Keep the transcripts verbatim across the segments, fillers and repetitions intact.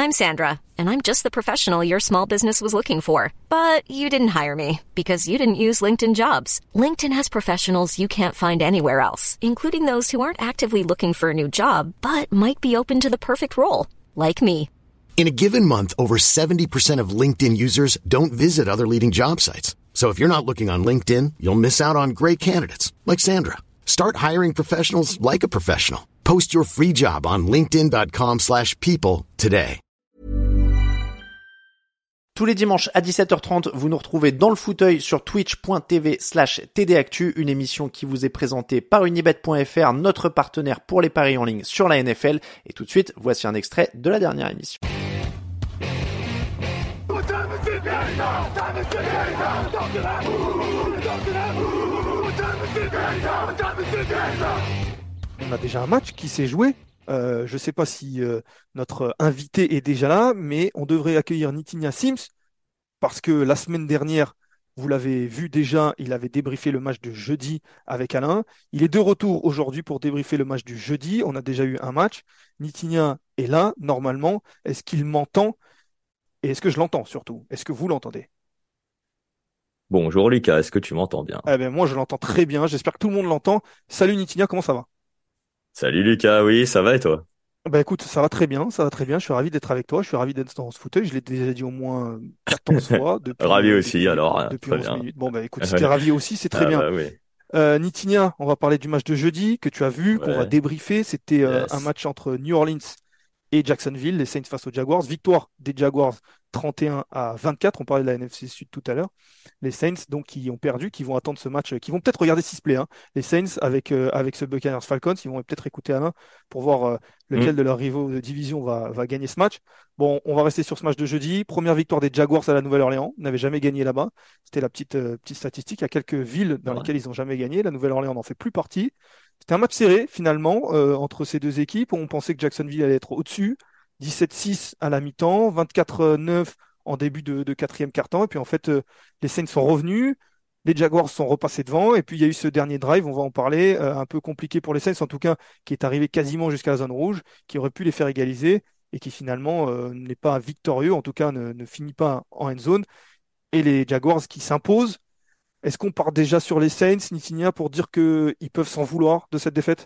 I'm Sandra, and I'm just the professional your small business was looking for. But you didn't hire me because you didn't use LinkedIn Jobs. LinkedIn has professionals you can't find anywhere else, including those who aren't actively looking for a new job, but might be open to the perfect role, like me. In a given month, over seventy percent of LinkedIn users don't visit other leading job sites. So if you're not looking on LinkedIn, you'll miss out on great candidates like Sandra. Start hiring professionals like a professional. Post your free job on linkedin.com slash people today. Tous les dimanches à dix-sept heures trente, vous nous retrouvez dans le fauteuil sur twitch.tv slash tdactu, une émission qui vous est présentée par unibet point f r, notre partenaire pour les paris en ligne sur la N F L. Et tout de suite, voici un extrait de la dernière émission. On a déjà un match qui s'est joué. Euh, je ne sais pas si euh, notre invité est déjà là, mais on devrait accueillir Nitinia Sims parce que la semaine dernière, vous l'avez vu déjà, il avait débriefé le match de jeudi avec Alain. Il est de retour aujourd'hui pour débriefer le match du jeudi. On a déjà eu un match. Nitinia est là, normalement. Est-ce qu'il m'entend? Et est-ce que je l'entends surtout? Est-ce que vous l'entendez? Bonjour Lucas, est-ce que tu m'entends bien? Eh ben, moi, je l'entends très bien. J'espère que tout le monde l'entend. Salut Nitinia, comment ça va? Salut Lucas, oui, ça va et toi? Bah écoute, ça va très bien, ça va très bien. Je suis ravi d'être avec toi. Je suis ravi d'être dans ce fauteuil. Je l'ai déjà dit au moins quatorze fois depuis, Ravi euh, aussi, depuis, alors, hein, depuis très onze bien. minutes. Bon, bah écoute, si t'es ravi aussi, c'est très Ah bien. bah oui, Euh, Nitinia, on va parler du match de jeudi que tu as vu, qu'on va ouais, débriefer. C'était euh, un yes. match entre New Orleans et Jacksonville, les Saints face aux Jaguars. Victoire des Jaguars trente et un à vingt-quatre. On parlait de la N F C Sud tout à l'heure. Les Saints, donc, qui ont perdu, qui vont attendre ce match, euh, qui vont peut-être regarder six plays, hein. Les Saints avec, euh, avec ce Buccaneers Falcons, ils vont peut-être écouter Alain pour voir euh, lequel Mm. de leurs rivaux de division va, va gagner ce match. Bon, on va rester sur ce match de jeudi. Première victoire des Jaguars à la Nouvelle-Orléans. Ils n'avaient jamais gagné là-bas. C'était la petite, euh, petite statistique. Il y a quelques villes dans Ouais. lesquelles ils n'ont jamais gagné. La Nouvelle-Orléans n'en fait plus partie. C'était un match serré, finalement, euh, entre ces deux équipes. On pensait que Jacksonville allait être au-dessus. dix-sept six à la mi-temps, vingt-quatre neuf en début de, de quatrième quart-temps. Et puis en fait, euh, les Saints sont revenus, les Jaguars sont repassés devant. Et puis il y a eu ce dernier drive, on va en parler, euh, un peu compliqué pour les Saints, en tout cas, qui est arrivé quasiment jusqu'à la zone rouge, qui aurait pu les faire égaliser et qui finalement euh, n'est pas victorieux, en tout cas ne, ne finit pas en end zone. Et les Jaguars qui s'imposent. Est-ce qu'on part déjà sur les Saints, Nitinia, pour dire qu'ils peuvent s'en vouloir de cette défaite?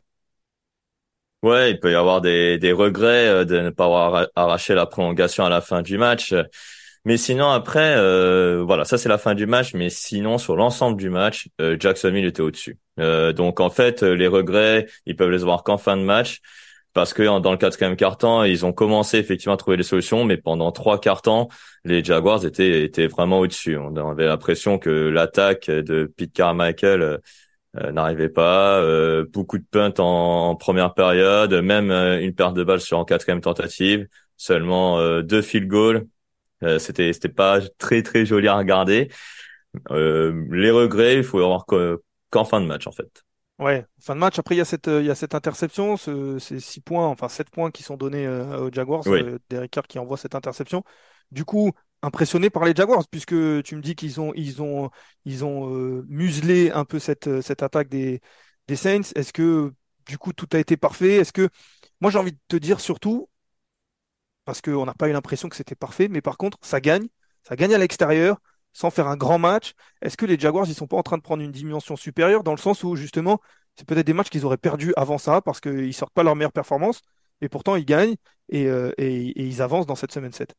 Ouais, il peut y avoir des, des regrets euh, de ne pas avoir arraché la prolongation à la fin du match. Mais sinon, après, euh, voilà, ça c'est la fin du match. Mais sinon, sur l'ensemble du match, euh, Jacksonville était au-dessus. Euh, donc en fait, euh, les regrets, ils peuvent les avoir qu'en fin de match. Parce que en- dans le quatrième quart-temps, ils ont commencé effectivement à trouver des solutions, mais pendant trois quarts-temps, les Jaguars étaient étaient vraiment au-dessus. On avait l'impression que l'attaque de Pete Carmichael euh, euh, n'arrivait pas. Euh, beaucoup de punts en, en première période, même euh, une perte de balle sur en quatrième tentative, seulement euh, deux field goals. Euh, c'était c'était pas très très joli à regarder. Euh, les regrets, il faut y avoir que- qu'en fin de match en fait. Ouais, fin de match. Après, il y a cette, euh, il y a cette interception, ce- ces six points, enfin sept points qui sont donnés euh, aux Jaguars, Oui. euh, Derek Carr qui envoie cette interception. Du coup, impressionné par les Jaguars, puisque tu me dis qu'ils ont, ils ont, ils ont euh, muselé un peu cette, euh, cette attaque des, des Saints. Est-ce que du coup tout a été parfait? Est-ce que moi j'ai envie de te dire surtout, parce qu'on n'a pas eu l'impression que c'était parfait, mais par contre, ça gagne, ça gagne à l'extérieur, sans faire un grand match. Est-ce que les Jaguars, ils sont pas en train de prendre une dimension supérieure, dans le sens où, justement, c'est peut-être des matchs qu'ils auraient perdus avant ça, parce qu'ils sortent pas leur meilleure performance, et pourtant ils gagnent, et, euh, et- et ils avancent dans cette semaine sept.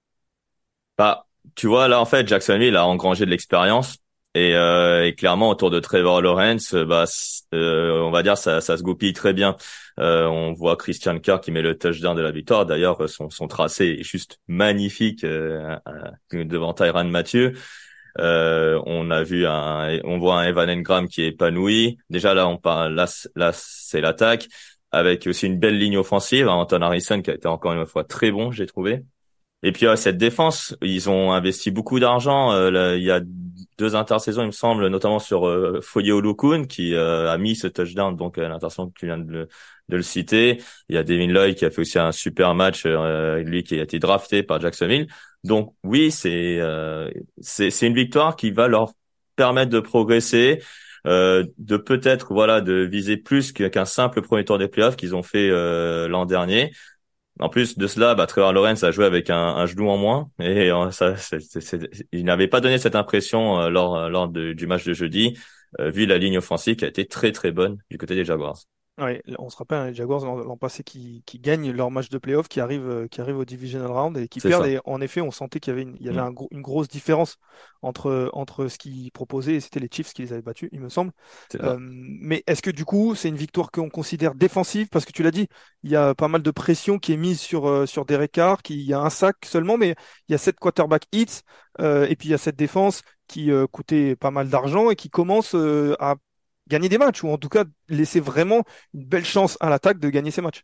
Bah, tu vois, là, en fait, Jacksonville a engrangé de l'expérience et, euh, et clairement, autour de Trevor Lawrence, euh, bah, c- euh, on va dire, ça, ça se goupille très bien. Euh, on voit Christian Kirk qui met le touchdown de la victoire. D'ailleurs, son, son tracé est juste magnifique euh, euh, devant Tyrann Mathieu. Euh, on a vu un, on voit un Evan Engram qui est épanoui. Déjà, là, on parle, là, c- là, c'est l'attaque avec aussi une belle ligne offensive. Anton Harrison qui a été encore une fois très bon, j'ai trouvé. Et puis euh, cette défense, ils ont investi beaucoup d'argent. Euh, là, il y a deux intersaisons, il me semble, notamment sur euh, Foye Oluokun qui euh, a mis ce touchdown, donc euh, l'interception que tu viens de le, de le citer. Il y a Devin Lloyd qui a fait aussi un super match, euh, lui qui a été drafté par Jacksonville. Donc oui, c'est euh, c'est c'est une victoire qui va leur permettre de progresser, euh, de peut-être voilà de viser plus qu'un simple premier tour des playoffs qu'ils ont fait euh, l'an dernier. En plus de cela, bah, Trevor Lawrence a joué avec un, un genou en moins et euh, ça, c'est, c'est, c'est- il n'avait pas donné cette impression euh, lors euh, lors de- du match de jeudi, euh, vu la ligne offensive qui a été très très bonne du côté des Jaguars. Ouais, on se rappelle, hein, les Jaguars l'an l'an passé qui, qui gagnent leur match de playoff, qui arrivent, euh, qui arrivent au divisional round et qui C'est perdent. ça. Et en effet, on sentait qu'il y avait une, il y avait Mm. un gros- une grosse différence entre, entre ce qu'ils proposaient et c'était les Chiefs qui les avaient battus, il me semble. C'est Euh, ça. mais est-ce que du coup, c'est une victoire qu'on considère défensive? Parce que tu l'as dit, il y a pas mal de pression qui est mise sur, euh, sur Derek Carr, qui, il y a un sac seulement, mais il y a sept quarterback hits, euh, et puis il y a cette défense qui euh, coûtait pas mal d'argent et qui commence euh, à gagner des matchs, ou en tout cas laisser vraiment une belle chance à l'attaque de gagner ces matchs.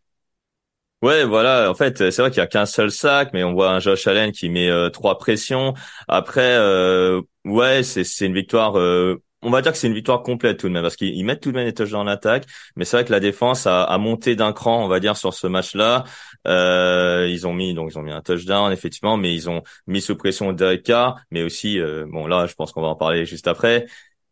Ouais, voilà. En fait, c'est vrai qu'il y a qu'un seul sac, mais on voit un Josh Allen qui met euh, trois pressions. Après, euh, ouais, c'est c'est une victoire. Euh, on va dire que c'est une victoire complète tout de même, parce qu'ils ils mettent tout de même des touchdowns en attaque. Mais c'est vrai que la défense a, a monté d'un cran, on va dire, sur ce match-là. Euh, ils ont mis donc ils ont mis un touchdown effectivement, mais ils ont mis sous pression Derek Carr, mais aussi euh, bon là, je pense qu'on va en parler juste après.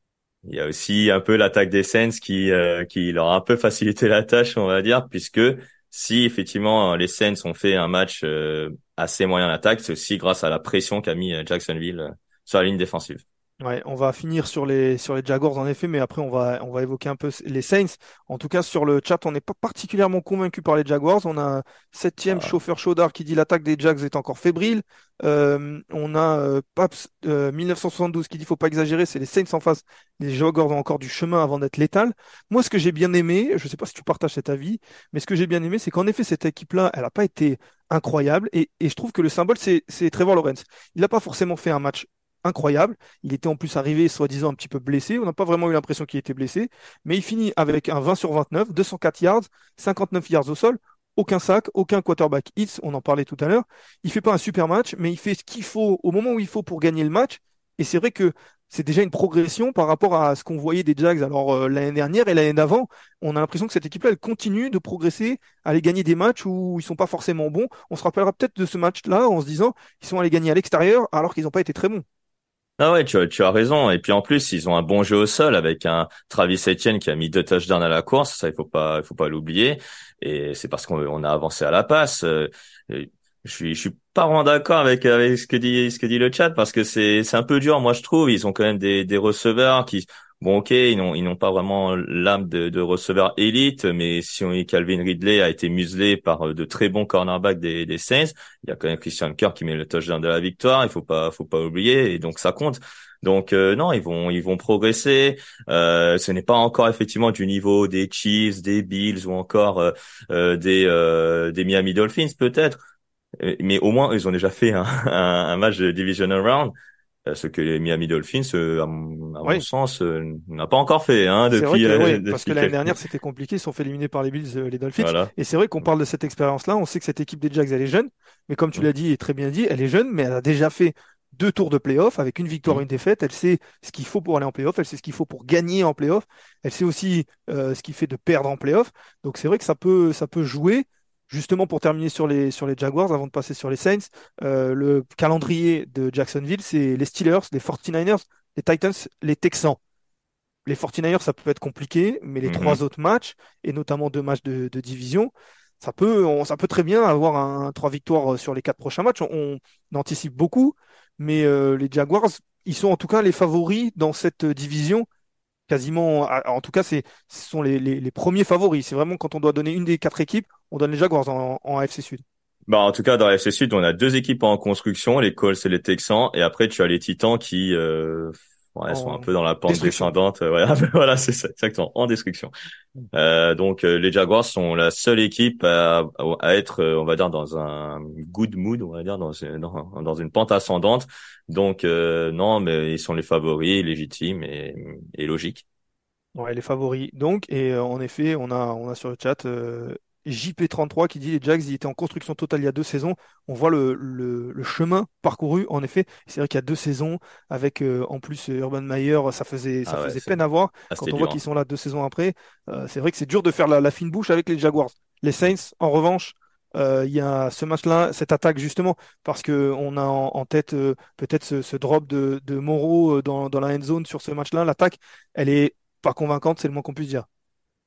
Il y a aussi un peu l'attaque des Saints qui euh, qui leur a un peu facilité la tâche, on va dire, puisque si effectivement les Saints ont fait un match euh, assez moyen d'attaque, c'est aussi grâce à la pression qu'a mis euh, Jacksonville euh, sur la ligne défensive. Ouais, on va finir sur les, sur les Jaguars en effet, mais après on va, on va évoquer un peu les Saints. En tout cas, sur le chat, on n'est pas particulièrement convaincu par les Jaguars. On a un septième Ah, chauffeur chaudard qui dit l'attaque des Jags est encore fébrile. Euh, on a euh, Paps euh, mille neuf cent soixante-douze qui dit faut pas exagérer, c'est les Saints en face. Les Jaguars ont encore du chemin avant d'être létales. Moi, ce que j'ai bien aimé, je sais pas si tu partages cet avis, mais ce que j'ai bien aimé, c'est qu'en effet, cette équipe-là, elle n'a pas été incroyable. Et, et je trouve que le symbole, c'est c'est Trevor Lawrence. Il n'a pas forcément fait un match incroyable. Il était en plus arrivé, soi-disant, un petit peu blessé. On n'a pas vraiment eu l'impression qu'il était blessé. Mais il finit avec un vingt sur vingt-neuf, deux cent quatre yards, cinquante-neuf yards au sol, aucun sac, aucun quarterback hits. On en parlait tout à l'heure. Il fait pas un super match, mais il fait ce qu'il faut au moment où il faut pour gagner le match. Et c'est vrai que c'est déjà une progression par rapport à ce qu'on voyait des Jags alors euh, l'année dernière et l'année d'avant. On a l'impression que cette équipe-là, elle continue de progresser, à aller gagner des matchs où ils sont pas forcément bons. On se rappellera peut-être de ce match-là en se disant qu'ils sont allés gagner à l'extérieur alors qu'ils n'ont pas été très bons. ah ouais, tu as, tu as raison. Et puis en plus, ils ont un bon jeu au sol avec un Travis Etienne qui a mis deux touchdowns à la course. Ça, il faut pas, il faut pas l'oublier. Et c'est parce qu'on on a avancé à la passe. Euh, et Je suis, je suis pas vraiment d'accord avec avec ce que dit ce que dit le chat parce que c'est c'est un peu dur. Moi, je trouve ils ont quand même des des receveurs qui bon, ok, ils n'ont ils n'ont pas vraiment l'âme de de receveur élite, mais si on Calvin Ridley a été muselé par euh, de très bons cornerbacks des des Saints, il y a quand même Christian Kirk qui met le touchdown de la victoire. Il faut pas faut pas oublier et donc ça compte. Donc euh, non, ils vont ils vont progresser. Euh, ce n'est pas encore effectivement du niveau des Chiefs, des Bills ou encore euh, euh, des euh, des Miami Dolphins peut-être. Euh, Mais au moins, ils ont déjà fait un, un, un match de divisional round, euh, ce que les Miami Dolphins, euh, à mon, à mon Oui, sens, euh, n'a pas encore fait hein, c'est vrai depuis que euh, oui, parce que depuis l'année quelques... dernière c'était compliqué, ils se sont fait éliminer par les Bills, euh, les Dolphins. Voilà. Et c'est vrai qu'on parle de cette expérience-là, on sait que cette équipe des Jags elle est jeune, mais comme tu Mm, l'as dit et très bien dit, elle est jeune, mais elle a déjà fait deux tours de playoff avec une victoire et mm. une défaite. Elle sait ce qu'il faut pour aller en playoff, elle sait ce qu'il faut pour gagner en playoff, elle sait aussi euh, ce qu'il fait de perdre en playoff. Donc c'est vrai que ça peut, ça peut jouer. Justement pour terminer sur les, sur les Jaguars, avant de passer sur les Saints, euh, le calendrier de Jacksonville, c'est les Steelers, les forty-niners, les Titans, les Texans. Les forty-niners, ça peut être compliqué, mais les trois Mhm. autres matchs, et notamment deux matchs de, de division, ça peut, on- ça peut très bien avoir un, trois victoires euh, sur les quatre prochains matchs. On, on anticipe beaucoup, mais euh, les Jaguars, ils sont en tout cas les favoris dans cette euh, division. Quasiment, à- en tout cas, c'est, ce sont les, les- les premiers favoris. C'est vraiment quand on doit donner une des quatre équipes, on donne les Jaguars en, en A F C Sud. Bah, en tout cas, dans la F C Sud, on a deux équipes en construction, les Colts et les Texans, et après tu as les Titans qui euh, ouais, sont un En peu dans la pente destruction. descendante. Ouais, voilà, c'est ça, exactement, en destruction. Euh, donc euh, les Jaguars sont la seule équipe à, à être, euh, on va dire, dans un good mood, on va dire, dans une, dans, dans une pente ascendante. Donc euh, non, mais ils sont les favoris, légitimes et, et logiques. Ouais, les favoris. Donc, et euh, en effet, on a, on a sur le chat euh, J P trente-trois qui dit les Jags, ils étaient en construction totale il y a deux saisons. On voit le, le, le chemin parcouru, en effet. C'est vrai qu'il y a deux saisons, avec euh, en plus euh, Urban Meyer, ça faisait, ça Ah ouais, faisait c'est peine à voir. ah, c'était Quand on voit dur. qu'ils Hein. sont là deux saisons après, euh, c'est vrai que c'est dur de faire la, la fine bouche avec les Jaguars. Les Saints, en revanche, euh, il y a ce match-là, cette attaque justement, parce que on a en, en tête euh, peut-être ce, ce drop de, de Moreau euh, dans, dans la end zone sur ce match-là. L'attaque, elle est pas convaincante, c'est le moins qu'on puisse dire.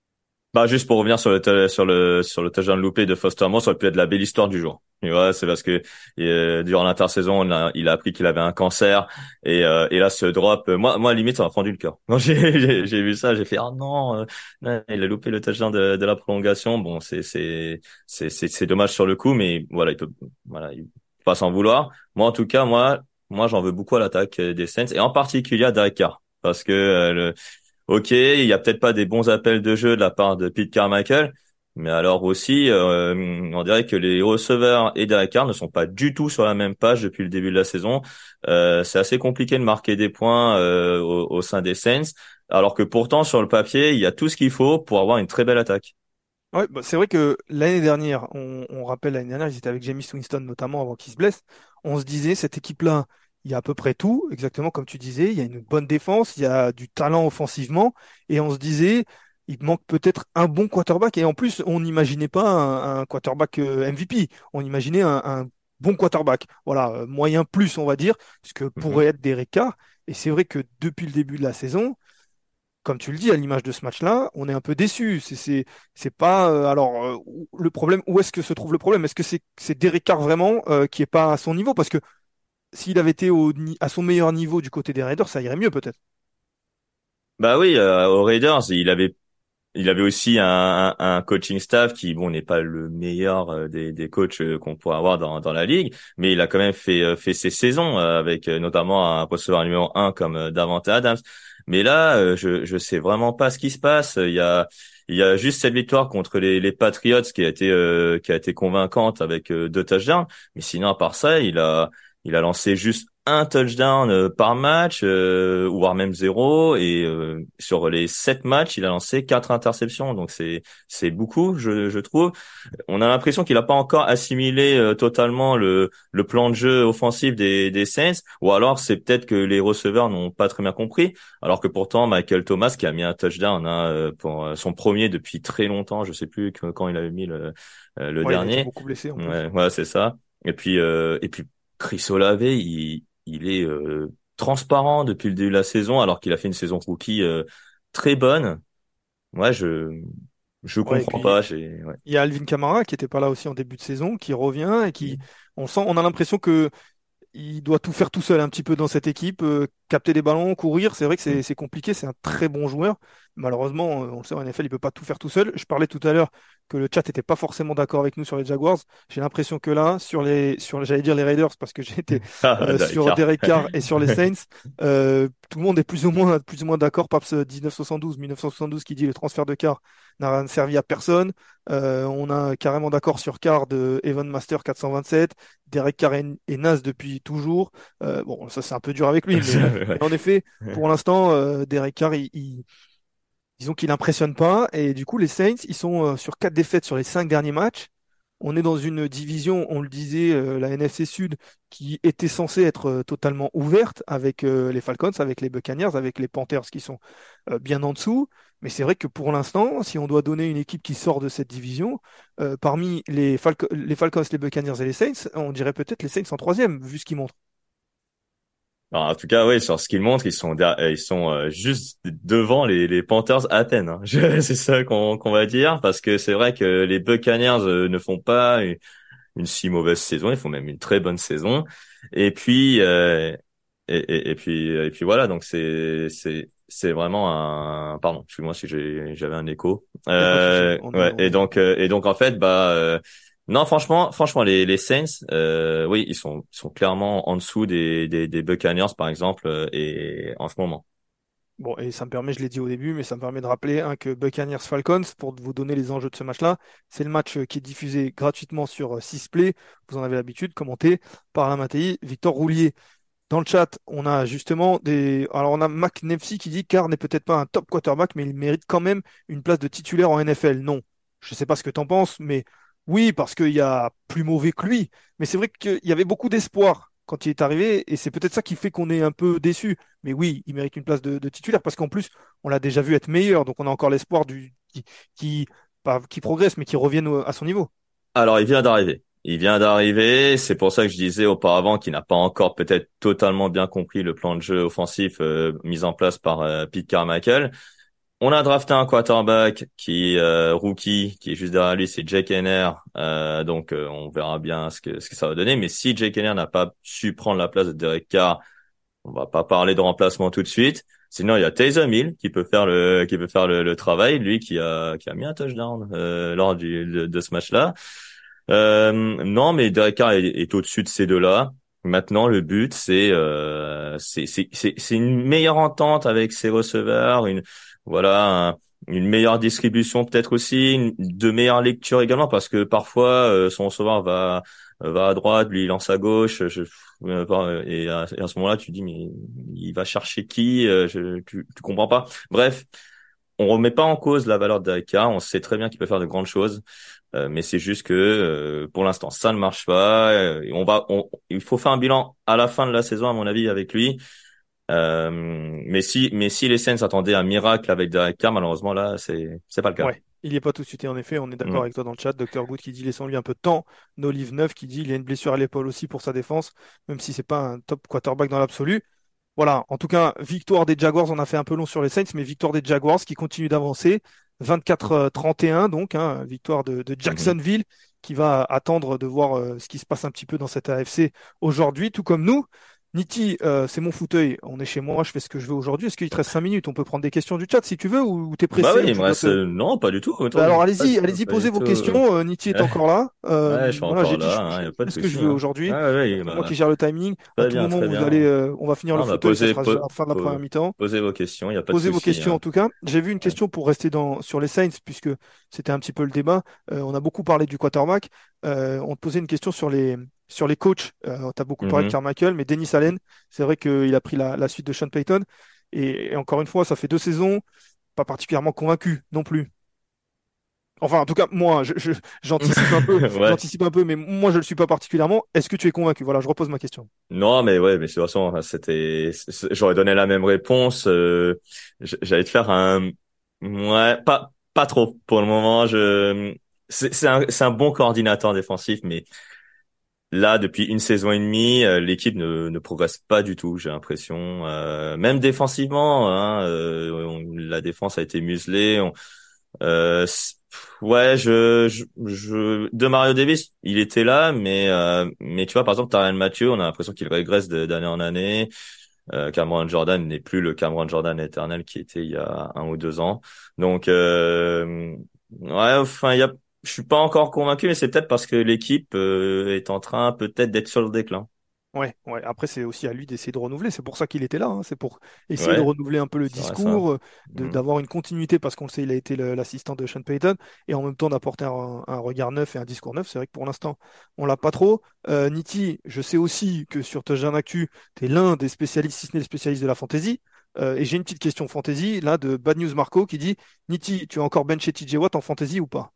Bah juste pour revenir sur le t- sur le sur le touchdown loupé de Foster Moore, ça aurait pu être la belle histoire du jour. Tu vois, c'est parce que euh, durant l'intersaison, on a- il a appris qu'il avait un cancer et euh, et là ce drop, euh, moi moi limite ça m'a fendu le cœur. Quand j'ai j'ai j'ai vu ça, j'ai fait ah non, euh, non, il a loupé le touchdown de, de la prolongation. Bon, c'est c'est c'est c'est c'est dommage sur le coup, mais voilà, il peut voilà, il peut pas s'en vouloir. Moi en tout cas, moi moi j'en veux beaucoup à l'attaque euh, des Saints et en particulier à Derek Carr parce que euh, le Ok, il y a peut-être pas des bons appels de jeu de la part de Pete Carmichael, mais alors aussi, euh, on dirait que les receveurs et Derek Carr ne sont pas du tout sur la même page depuis le début de la saison. Euh, c'est assez compliqué de marquer des points euh, au, au sein des Saints, alors que pourtant sur le papier, il y a tout ce qu'il faut pour avoir une très belle attaque. Ouais, bah, c'est vrai que l'année dernière, on, on rappelle l'année dernière, ils étaient avec Jameis Winston notamment avant qu'il se blesse. On se disait, cette équipe-là, il y a à peu près tout, exactement comme tu disais. Il y a une bonne défense, il y a du talent offensivement. Et on se disait, il manque peut-être un bon quarterback. Et en plus, on n'imaginait pas un, un quarterback euh, M V P. On imaginait un, un bon quarterback. Voilà, euh, moyen plus, on va dire, ce que Mhm. pourrait être Derek Carr. Et c'est vrai que depuis le début de la saison, comme tu le dis, à l'image de ce match-là, on est un peu déçu. C'est, c'est, c'est pas. Euh, alors, euh, où- le problème, où est-ce que se trouve le problème? Est-ce que c'est, c'est Derek Carr vraiment euh, qui est pas à son niveau? Parce que s'il avait été au, ni- à son meilleur niveau du côté des Raiders, ça irait mieux peut-être. Bah oui, euh, aux Raiders, il avait il avait aussi un, un, un coaching staff qui, bon, n'est pas le meilleur euh, des, des coachs euh, qu'on pourrait avoir dans, dans la ligue, mais il a quand même fait, euh, fait ses saisons euh, avec euh, notamment un receveur numéro un comme euh, Davante Adams. Mais là, euh, je je sais vraiment pas ce qui se passe. Il y a il y a juste cette victoire contre les, les Patriots qui a été euh, qui a été convaincante avec euh, deux touchdowns. Mais sinon, à part ça, il a il a lancé juste un touchdown euh, par match, euh, voire même zéro. Et euh, sur les sept matchs, il a lancé quatre interceptions. Donc c'est c'est beaucoup, je, je trouve. On a l'impression qu'il n'a pas encore assimilé euh, totalement le le plan de jeu offensif des des Saints. Ou alors c'est peut-être que les receveurs n'ont pas très bien compris. Alors que pourtant Michael Thomas qui a mis un touchdown hein, euh, pour euh, son premier depuis très longtemps. Je sais plus que- quand il avait mis le euh, le Ouais, il a été dernier. beaucoup blessé en plus. Ouais, ouais, c'est ça. Et puis euh, et puis Chris Olave, il il est euh, transparent depuis le début de la saison, alors qu'il a fait une saison rookie euh, très bonne. Moi, je je Ouais, et comprends puis pas. J'ai ouais. il y a Alvin Kamara qui était pas là aussi en début de saison, qui revient et qui, on sent, on a l'impression que il doit tout faire tout seul un petit peu dans cette équipe, euh, capter des ballons, courir. C'est vrai que c'est Mm. c'est compliqué, c'est un très bon joueur. Malheureusement, euh, on le sait, en N F L, il peut pas tout faire tout seul. Je parlais tout à l'heure que le chat n'était pas forcément d'accord avec nous sur les Jaguars. J'ai l'impression que là, sur les, sur, j'allais dire les Raiders, parce que j'ai été Ah, euh, sur d'accord. Derek Carr et sur les Saints, euh, tout le monde est plus ou moins, plus ou moins d'accord. Paps dix-neuf soixante-douze, mille neuf cent soixante-douze qui dit le transfert de Carr n'a servi à personne. Euh, on a carrément d'accord sur Carr de Evan Master quatre cent vingt-sept. Derek Carr est, est naze depuis toujours. Euh, bon, ça c'est un peu dur avec lui, mais, Ouais. mais en effet, pour l'instant, euh, Derek Carr, il, il- disons qu'il impressionne pas. Et du coup, les Saints, ils sont euh, sur quatre défaites sur les cinq derniers matchs. On est dans une division, on le disait, euh, la N F C Sud, qui était censée être euh, totalement ouverte avec euh, les Falcons, avec les Buccaneers, avec les Panthers qui sont euh, bien en dessous. Mais c'est vrai que pour l'instant, si on doit donner une équipe qui sort de cette division, euh, parmi les, Falco- les Falcons, les Buccaneers et les Saints, on dirait peut-être les Saints en troisième, vu ce qu'ils montrent. Alors, en tout cas, oui, sur ce qu'ils montrent, ils sont der- ils sont euh, juste devant les, les Panthers à peine. Hein. Je- C'est ça qu'on qu'on va dire, parce que c'est vrai que les Buccaneers euh, ne font pas une, une si mauvaise saison, ils font même une très bonne saison. Et puis euh, et, et, et puis et puis voilà, donc c'est c'est c'est vraiment un pardon, excuse-moi si j'ai j'avais un écho. Il n'y a pas de souci, Euh, on est, ouais, on et est... donc euh, et donc en fait bah euh, non, franchement, franchement, les, les Saints, euh, oui, ils sont, ils sont clairement en dessous des, des, des Buccaneers, par exemple, euh, et en ce moment. Bon, et ça me permet, je l'ai dit au début, mais ça me permet de rappeler hein, que Buccaneers Falcons, pour vous donner les enjeux de ce match-là, c'est le match euh, qui est diffusé gratuitement sur euh, six Play. Vous en avez l'habitude, commenté par Alain Mattei, Victor Roulier. Dans le chat, on a justement des. Alors, on a Mac Nefsi qui dit Carr n'est peut-être pas un top quarterback, mais il mérite quand même une place de titulaire en N F L. Non. Je ne sais pas ce que tu en penses, mais oui, parce qu'il y a plus mauvais que lui. Mais c'est vrai qu'il y avait beaucoup d'espoir quand il est arrivé, et c'est peut-être ça qui fait qu'on est un peu déçu. Mais oui, il mérite une place de, de titulaire, parce qu'en plus, on l'a déjà vu être meilleur, donc on a encore l'espoir du qui, qui, pas, qui progresse, mais qui revienne au- à son niveau. Alors, il vient d'arriver. Il vient d'arriver. C'est pour ça que je disais auparavant qu'il n'a pas encore peut-être totalement bien compris le plan de jeu offensif euh, mis en place par euh, Pete Carmichael. on a drafté un quarterback qui euh, rookie, qui est juste derrière lui, c'est Jake Henner. Euh, donc euh, on verra bien ce que ce que ça va donner. Mais si Jake Henner n'a pas su prendre la place de Derek Carr, on va pas parler de remplacement tout de suite. Sinon, il y a Taysom Hill qui peut faire le qui peut faire le, le travail, lui qui a qui a mis un touchdown euh, lors du de, de ce match-là. Euh, non, mais Derek Carr est, est au-dessus de ces deux-là. Maintenant, le but, c'est euh, c'est c'est c'est c'est une meilleure entente avec ses receveurs, une voilà, un- une meilleure distribution peut-être aussi, une, de meilleures lectures également, parce que parfois euh, son receveur va va à droite, lui il lance à gauche, je, euh, enfin, et, à, et à ce moment-là, tu dis mais il va chercher qui, euh, je, tu, tu comprends pas. Bref, on remet pas en cause la valeur de Derek Carr, on sait très bien qu'il peut faire de grandes choses. Euh, mais c'est juste que euh, pour l'instant ça ne marche pas. Euh, on va, on, il faut faire un bilan à la fin de la saison à mon avis avec lui. Euh, mais si, mais si les Saints attendaient un miracle avec Derek Carr, malheureusement là c'est c'est pas le cas. Ouais, il n'y est pas tout de suite. Et en effet, on est d'accord Mm. avec toi dans le chat. docteur Good qui dit laissons-lui un peu de temps. Nolive neuf qui dit il y a une blessure à l'épaule aussi pour sa défense, même si c'est pas un top quarterback dans l'absolu. Voilà, en tout cas, victoire des Jaguars. On a fait un peu long sur les Saints, mais victoire des Jaguars qui continue d'avancer. vingt-quatre trente et un, donc, hein, victoire de, de Mhm. Jacksonville qui va attendre de voir euh, ce qui se passe un petit peu dans cette A F C aujourd'hui, tout comme nous. Niti, euh, c'est mon fauteuil. On est chez moi, je fais ce que je veux aujourd'hui. Est-ce qu'il te reste cinq minutes? On peut prendre des questions du chat si tu veux, ou, ou t'es Bah pressé, oui, ou il tu me dois reste te. euh, non pas du tout. Bah Attends, alors pas, allez-y, allez-y, pas posez du vos tout. euh. questions. Euh, Niti est encore là. Euh, Ouais, je suis voilà, j'ai encore dit, je, là, je- hein, y a je pas fais de ce que je souci. veux Hein. aujourd'hui. Ouais, ouais, C'est moi bah, qui gère le timing. À très tout bien, moment, très vous allez, bien. euh, on va finir le Ah, bah fauteuil, ça posez, sera déjà po- la fin de la première po- mi-temps. posez vos questions, il y a pas de Posez vos souci. questions en Hein. tout cas. J'ai vu une Ouais. question pour rester dans, sur les Saints, puisque c'était un petit peu le débat. Euh, on a beaucoup parlé du quarterback. Euh, on te posait une question sur les, sur les coachs. Euh, tu as beaucoup parlé de Mhm. Carmichael, mais Dennis Allen, c'est vrai qu'il a pris la, la suite de Sean Payton. Et, et encore une fois, ça fait deux saisons, pas particulièrement convaincu non plus. Enfin, en tout cas, moi, je- je- j'anticipe un peu, Ouais. j'anticipe un peu, mais moi, je ne le suis pas particulièrement. Est-ce que tu es convaincu? Voilà, je repose ma question. Non, mais ouais, mais de toute façon, c'était, c'est- j'aurais donné la même réponse. Euh, j- j'allais te faire un, ouais, pas, pas trop pour le moment. Je, c'est, c'est un, c'est un bon coordinateur défensif, mais là, depuis une saison et demie, euh, l'équipe ne, ne progresse pas du tout. J'ai l'impression, euh, même défensivement, hein, euh, on- la défense a été muselée. On- euh, c- ouais, je, je, je, de Mario Davis, il était là, mais, euh, mais tu vois, par exemple, Tyrann Mathieu, on a l'impression qu'il régresse de- d'année en année. Euh, Cameron Jordan n'est plus le Cameron Jordan éternel qui était il y a un ou deux ans. Donc, euh, ouais, enfin, il y a, je suis pas encore convaincu, mais c'est peut-être parce que l'équipe euh, est en train peut-être d'être sur le déclin. Ouais, ouais. Après, c'est aussi à lui d'essayer de renouveler. C'est pour ça qu'il était là, hein. C'est pour essayer de Ouais, renouveler un peu le c'est vrai ça. discours, euh, de- Mm. d'avoir une continuité, parce qu'on le sait, il a été le- l'assistant de Sean Payton, et en même temps d'apporter un, un regard neuf et un discours neuf. C'est vrai que pour l'instant, on l'a pas trop. Euh, Niti, je sais aussi que sur Touchdown Actu, tu es l'un des spécialistes, si ce n'est le spécialiste de la fantasy. Euh, et j'ai une petite question fantasy, là, de Bad News Marco, qui dit, Niti, tu as encore benché T J Watt en fantasy ou pas?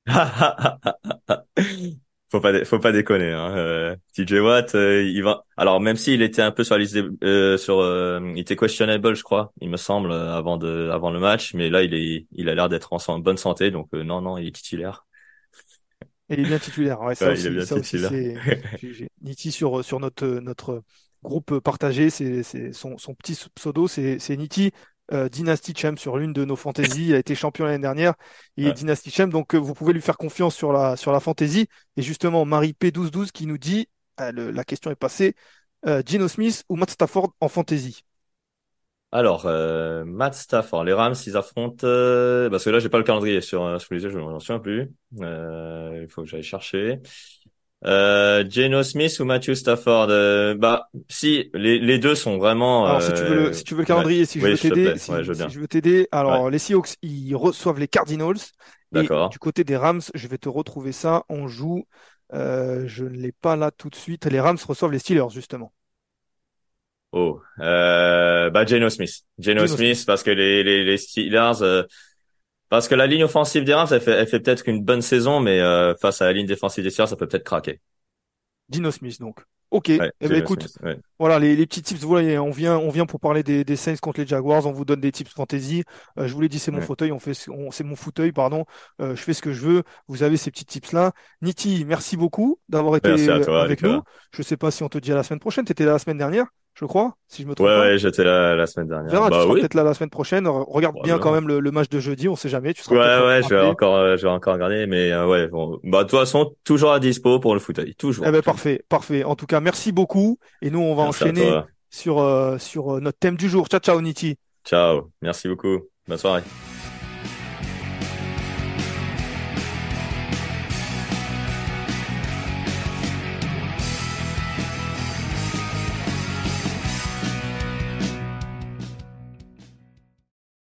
Faut pas, dé- faut pas déconner. Hein. Euh, T J Watt, euh, il va. Alors même s'il était un peu sur la liste, des- euh, sur, euh, il était questionable, je crois, il me semble, euh, avant de, avant le match. Mais là, il est, il a l'air d'être en san- bonne santé, donc euh, non, non, il est titulaire. Et il est bien titulaire. Ouais, ça Ouais, il est aussi, bien ça aussi, titulaire. c'est j'ai- j'ai- Niti sur, sur notre, notre groupe partagé. C'est, c'est son, son petit pseudo, c'est c'est Niti euh, Dynasty Champ sur l'une de nos fantaisies. Il a été champion l'année dernière. Il est Ouais. Dynasty Champ, donc euh, vous pouvez lui faire confiance sur la, sur la fantasy. Et justement, Marie P douze douze qui nous dit, euh, le- la question est passée, euh, Geno Smith ou Matt Stafford en fantasy? Alors, euh, Matt Stafford, les Rams, ils affrontent, euh, parce que là, j'ai pas le calendrier sur, euh, sous les yeux, je m'en souviens plus. Euh, il faut que j'aille chercher. Euh, Geno Smith ou Matthew Stafford, euh, bah, si, les, les deux sont vraiment, Alors, si tu veux le, euh, si tu veux le ouais, calendrier, si je oui, veux s'il te t'aider, plaît, ouais, si, je veux si bien. je veux t'aider, Ouais, alors les Seahawks, ils reçoivent les Cardinals. Et d'accord. du côté des Rams, je vais te retrouver ça. On joue, euh, je ne l'ai pas là tout de suite. Les Rams reçoivent les Steelers, justement. Oh, euh, bah, Geno Smith. Geno Geno Smith, Smith. parce que les, les, les Steelers, euh, parce que la ligne offensive des Rams, elle fait, elle fait peut-être une bonne saison, mais, euh, face à la ligne défensive des Steelers, ça peut peut-être craquer. Geno Smith, donc. Ok. Eh Ouais, ben, Geno écoute, Smith, ouais. voilà, les, les petits tips, vous voyez, on vient, on vient pour parler des, des Saints contre les Jaguars, on vous donne des tips fantasy. Euh, je vous l'ai dit, c'est mon Ouais. fauteuil, on fait, ce- on- c'est mon fauteuil, pardon. Euh, je fais ce que je veux. Vous avez ces petits tips-là. Niti, merci beaucoup d'avoir été Merci à euh, toi, avec nous. Lucas. Je sais pas si on te dit à la semaine prochaine. Tu étais là la semaine dernière. je crois, si je me trompe Ouais, pas. ouais, j'étais là la semaine On dernière. verra, tu Bah seras oui, peut-être là la semaine prochaine. Re- Regarde bien quand probablement. même le, le match de jeudi, on sait jamais, tu seras Ouais, peut-être ouais, je vais rappelé. encore, euh, je vais encore regarder, mais euh, ouais, bon. Bah, de toute façon, toujours à dispo pour le fauteuil, Eh toujours. ben parfait, parfait. En tout cas, merci beaucoup. Et nous, on va Merci à enchaîner toi. sur, euh, sur euh, notre thème du jour. Ciao, ciao, Niti. Ciao. Merci beaucoup. Bonne soirée.